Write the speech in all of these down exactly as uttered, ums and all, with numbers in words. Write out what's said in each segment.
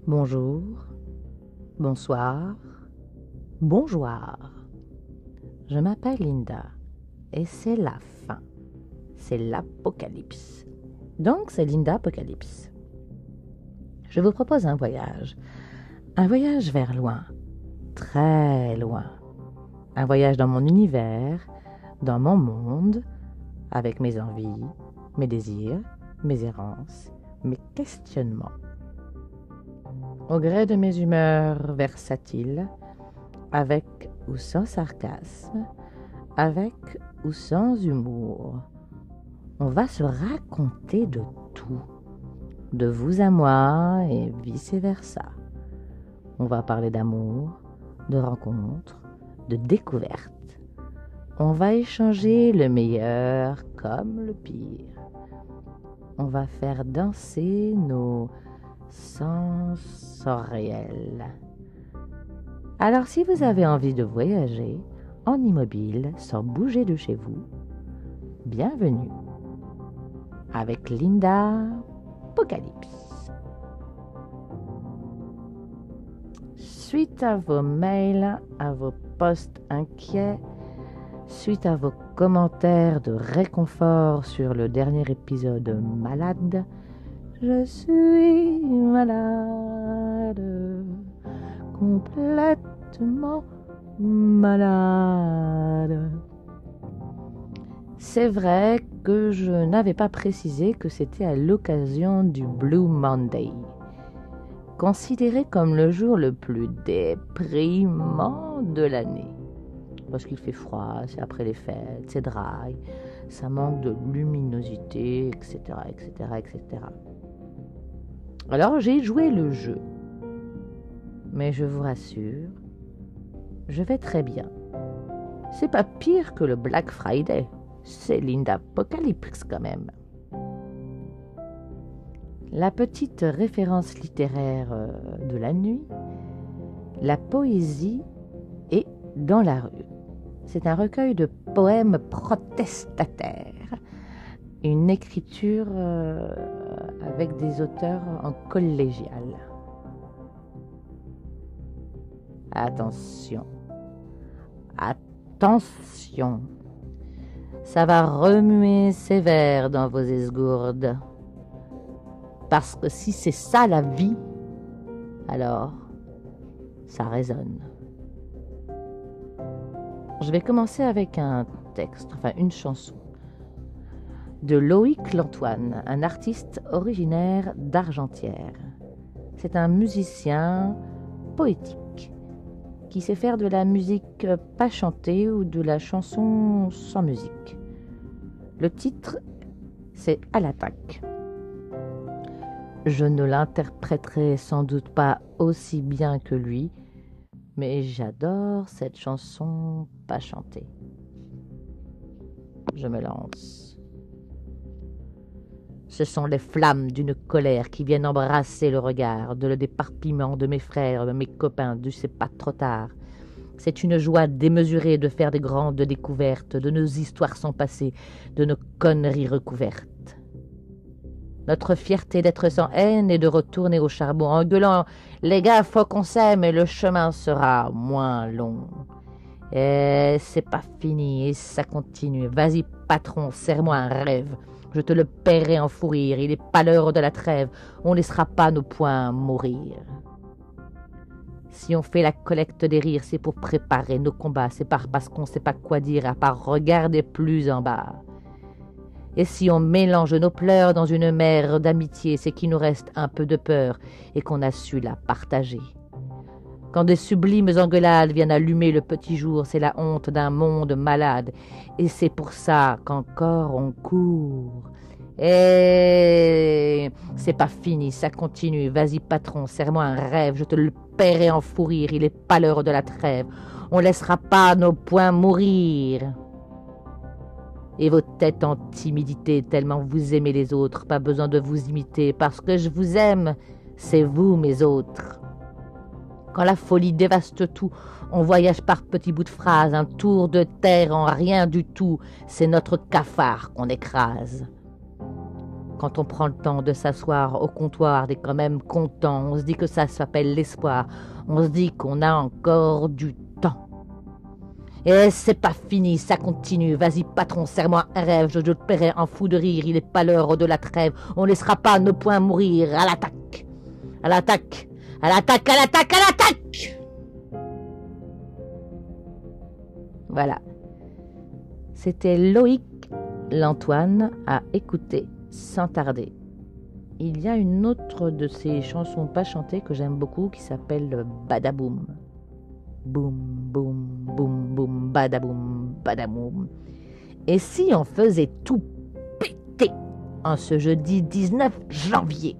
Bonjour, bonsoir, bonjour. Je m'appelle Linda et c'est la fin. C'est l'apocalypse. Donc c'est Linda Apocalypse. Je vous propose un voyage. Un voyage vers loin, très loin. Un voyage dans mon univers, dans mon monde, avec mes envies, mes désirs, mes errances, mes questionnements. Au gré de mes humeurs versatiles, avec ou sans sarcasme, avec ou sans humour, on va se raconter de tout, de vous à moi et vice-versa. On va parler d'amour, de rencontres, de découvertes. On va échanger le meilleur comme le pire. On va faire danser nos sensoriel. Alors si vous avez envie de voyager en immobile sans bouger de chez vous, bienvenue avec Linda Apocalypse. Suite à vos mails, à vos posts inquiets, suite à vos commentaires de réconfort sur le dernier épisode malade, je suis malade, complètement malade. C'est vrai que je n'avais pas précisé que c'était à l'occasion du Blue Monday, considéré comme le jour le plus déprimant de l'année. Parce qu'il fait froid, c'est après les fêtes, c'est dry, ça manque de luminosité, et cetera, et cetera, et cetera. Alors j'ai joué le jeu. Mais je vous rassure, je vais très bien. C'est pas pire que le Black Friday. C'est Linda Apocalypse quand même. La petite référence littéraire de la nuit, la poésie est dans la rue. C'est un recueil de poèmes protestataires. Une écriture euh, avec des auteurs en collégial. Attention, attention, ça va remuer sévère dans vos esgourdes. Parce que si c'est ça la vie, alors ça résonne. Je vais commencer avec un texte, enfin une chanson, de Loïc Lantoine, un artiste originaire d'Argentière. C'est un musicien poétique qui sait faire de la musique pas chantée ou de la chanson sans musique. Le titre, c'est « À l'attaque ». Je ne l'interpréterai sans doute pas aussi bien que lui, mais j'adore cette chanson pas chantée. Je me lance. Ce sont les flammes d'une colère qui viennent embrasser le regard, de le déparpillement de mes frères, de mes copains, du c'est pas trop tard. C'est une joie démesurée de faire des grandes découvertes, de nos histoires sans passé, de nos conneries recouvertes. Notre fierté d'être sans haine et de retourner au charbon en gueulant « Les gars, faut qu'on s'aime et le chemin sera moins long. » Et c'est pas fini et ça continue. Vas-y patron, serre-moi un rêve. Je te le paierai en fou rire, il n'est pas l'heure de la trêve, on ne laissera pas nos poings mourir. Si on fait la collecte des rires, c'est pour préparer nos combats, c'est pas parce qu'on ne sait pas quoi dire, à part regarder plus en bas. Et si on mélange nos pleurs dans une mer d'amitié, c'est qu'il nous reste un peu de peur et qu'on a su la partager. Quand des sublimes engueulades viennent allumer le petit jour, c'est la honte d'un monde malade. Et c'est pour ça qu'encore on court. Et c'est pas fini, ça continue. Vas-y patron, serre-moi un rêve, je te le paierai en fou rire. Il est pas l'heure de la trêve. On laissera pas nos poings mourir. Et vos têtes en timidité, tellement vous aimez les autres, pas besoin de vous imiter, parce que je vous aime, c'est vous mes autres. Quand la folie dévaste tout, on voyage par petits bouts de phrases, un tour de terre en rien du tout, c'est notre cafard qu'on écrase. Quand on prend le temps de s'asseoir au comptoir, on est quand même content. On se dit que ça s'appelle l'espoir. On se dit qu'on a encore du temps. Et c'est pas fini, ça continue. Vas-y, patron, serre-moi un rêve. Je te paierai un fou de rire. Il n'est pas l'heure de la trêve. On ne laissera pas nos poings mourir. À l'attaque! À l'attaque! À l'attaque! À l'attaque! À l'attaque! Voilà. C'était Loïc L'Antoine à écouter sans tarder. Il y a une autre de ces chansons pas chantées que j'aime beaucoup qui s'appelle Badaboum. Boum, boum, boum, boum, badaboum, badaboum. Et si on faisait tout péter en ce jeudi dix-neuf janvier?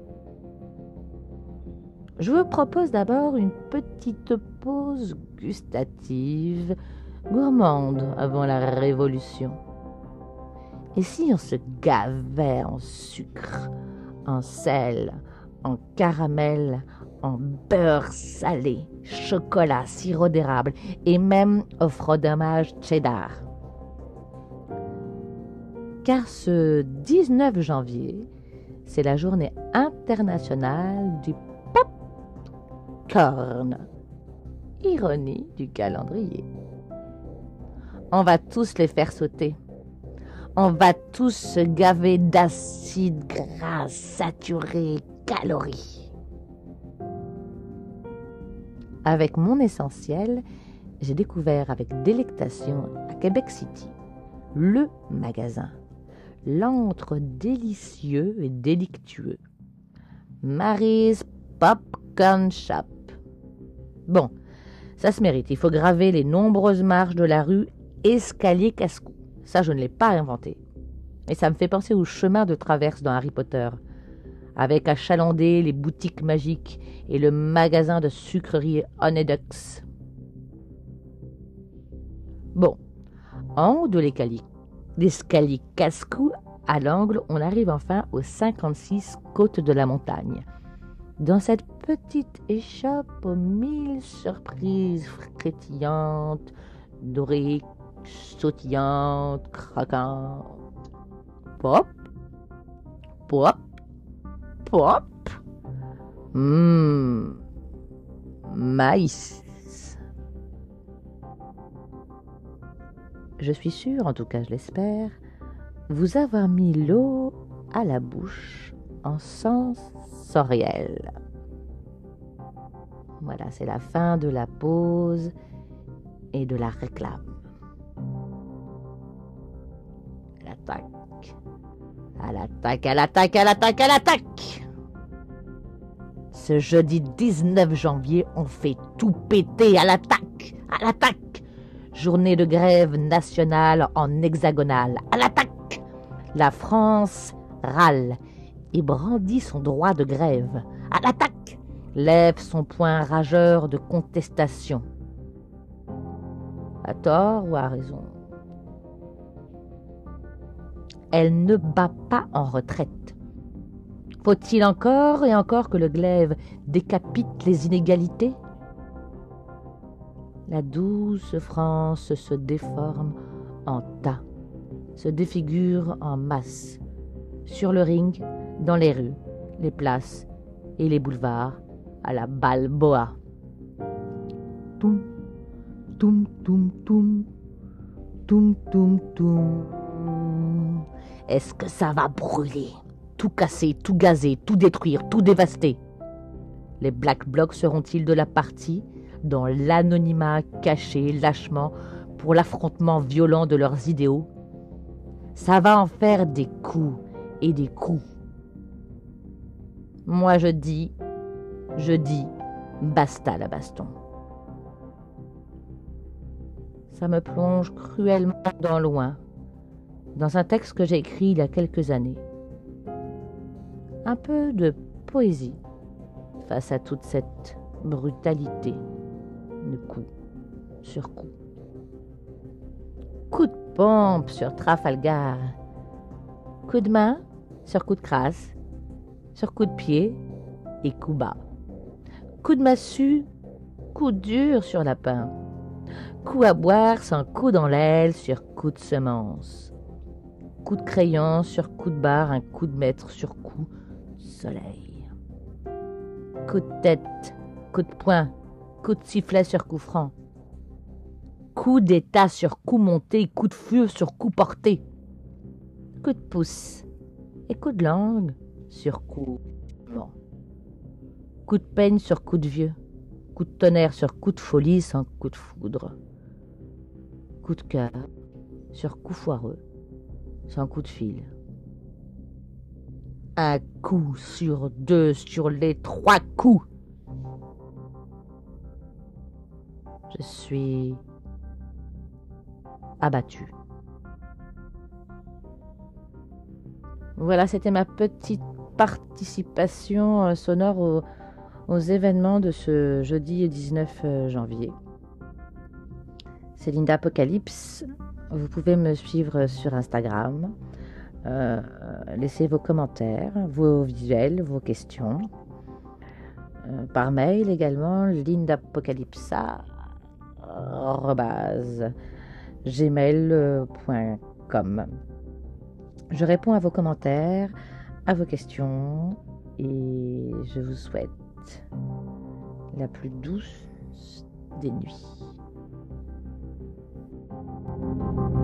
Je vous propose d'abord une petite pause gustative, gourmande avant la Révolution. Et si on se gavait en sucre, en sel, en caramel, en beurre salé, chocolat, sirop d'érable et même au fromage cheddar? Car ce dix-neuf janvier, c'est la journée internationale du popcorn. Ironie du calendrier. On va tous les faire sauter. On va tous se gaver d'acides gras saturés, calories. Avec mon essentiel, j'ai découvert avec délectation à Québec City le magasin, l'antre délicieux et délictueux, Mary's Popcorn Shop. Bon, ça se mérite, il faut graver les nombreuses marches de la rue Escalier Casse-Cou. Ça, je ne l'ai pas inventé. Et ça me fait penser au chemin de traverse dans Harry Potter, avec à chalander les boutiques magiques et le magasin de sucreries Honeydux. Bon, en haut de l'escalier Casse-Cou, à l'angle, on arrive enfin aux cinquante-six côtes de la montagne. Dans cette petite échoppe aux mille surprises frétillantes, dorées, sautillantes, craquantes. Pop, pop, pop. Hum, maïs. Je suis sûre, en tout cas je l'espère, vous avoir mis l'eau à la bouche en sensoriel. Voilà, c'est la fin de la pause et de la réclame. À l'attaque, à l'attaque, à l'attaque, à l'attaque, à l'attaque. Ce jeudi dix-neuf janvier, on fait tout péter à l'attaque, à l'attaque. Journée de grève nationale en hexagonale, à l'attaque. La France râle et brandit son droit de grève, à l'attaque. Lève son poing rageur de contestation. À tort ou à raison? Elle ne bat pas en retraite. Faut-il encore et encore que le glaive décapite les inégalités? La douce France se déforme en tas, se défigure en masse, sur le ring, dans les rues, les places et les boulevards, à la Balboa. Toum, toum, toum, toum, toum, toum, toum. Est-ce que ça va brûler? Tout casser, tout gazer, tout détruire, tout dévaster? Les Black Blocs seront-ils de la partie, dans l'anonymat caché lâchement pour l'affrontement violent de leurs idéaux? Ça va en faire des coups et des coups. Moi je dis, je dis, basta la baston. Ça me plonge cruellement dans loin, dans un texte que j'ai écrit il y a quelques années. Un peu de poésie face à toute cette brutalité de coup sur coup. Coup de pompe sur Trafalgar, coup de main sur coup de crasse, sur coup de pied et coup bas. Coup de massue, coup dur sur lapin, coup à boire sans coup dans l'aile sur coup de semence. coup de crayon sur coup de barre, un coup de maître sur coup de soleil. Coup de tête, coup de poing, coup de sifflet sur coup franc. Coup d'état sur coup monté, coup de feu sur coup porté. Coup de pouce et coup de langue sur coup vent. Coup de peigne sur coup de vieux. Coup de tonnerre sur coup de folie sans coup de foudre. Coup de cœur sur coup foireux sans coup de fil. Un coup sur deux sur les trois coups. Je suis abattu. Voilà, c'était ma petite participation sonore au, aux événements de ce jeudi dix-neuf janvier. C'est Linda Apocalypse. Vous pouvez me suivre sur Instagram. Euh, laissez vos commentaires, vos visuels, vos questions. Euh, par mail également, lindapocalypsa arobase gmail point com. Je réponds à vos commentaires, à vos questions et je vous souhaite la plus douce des nuits.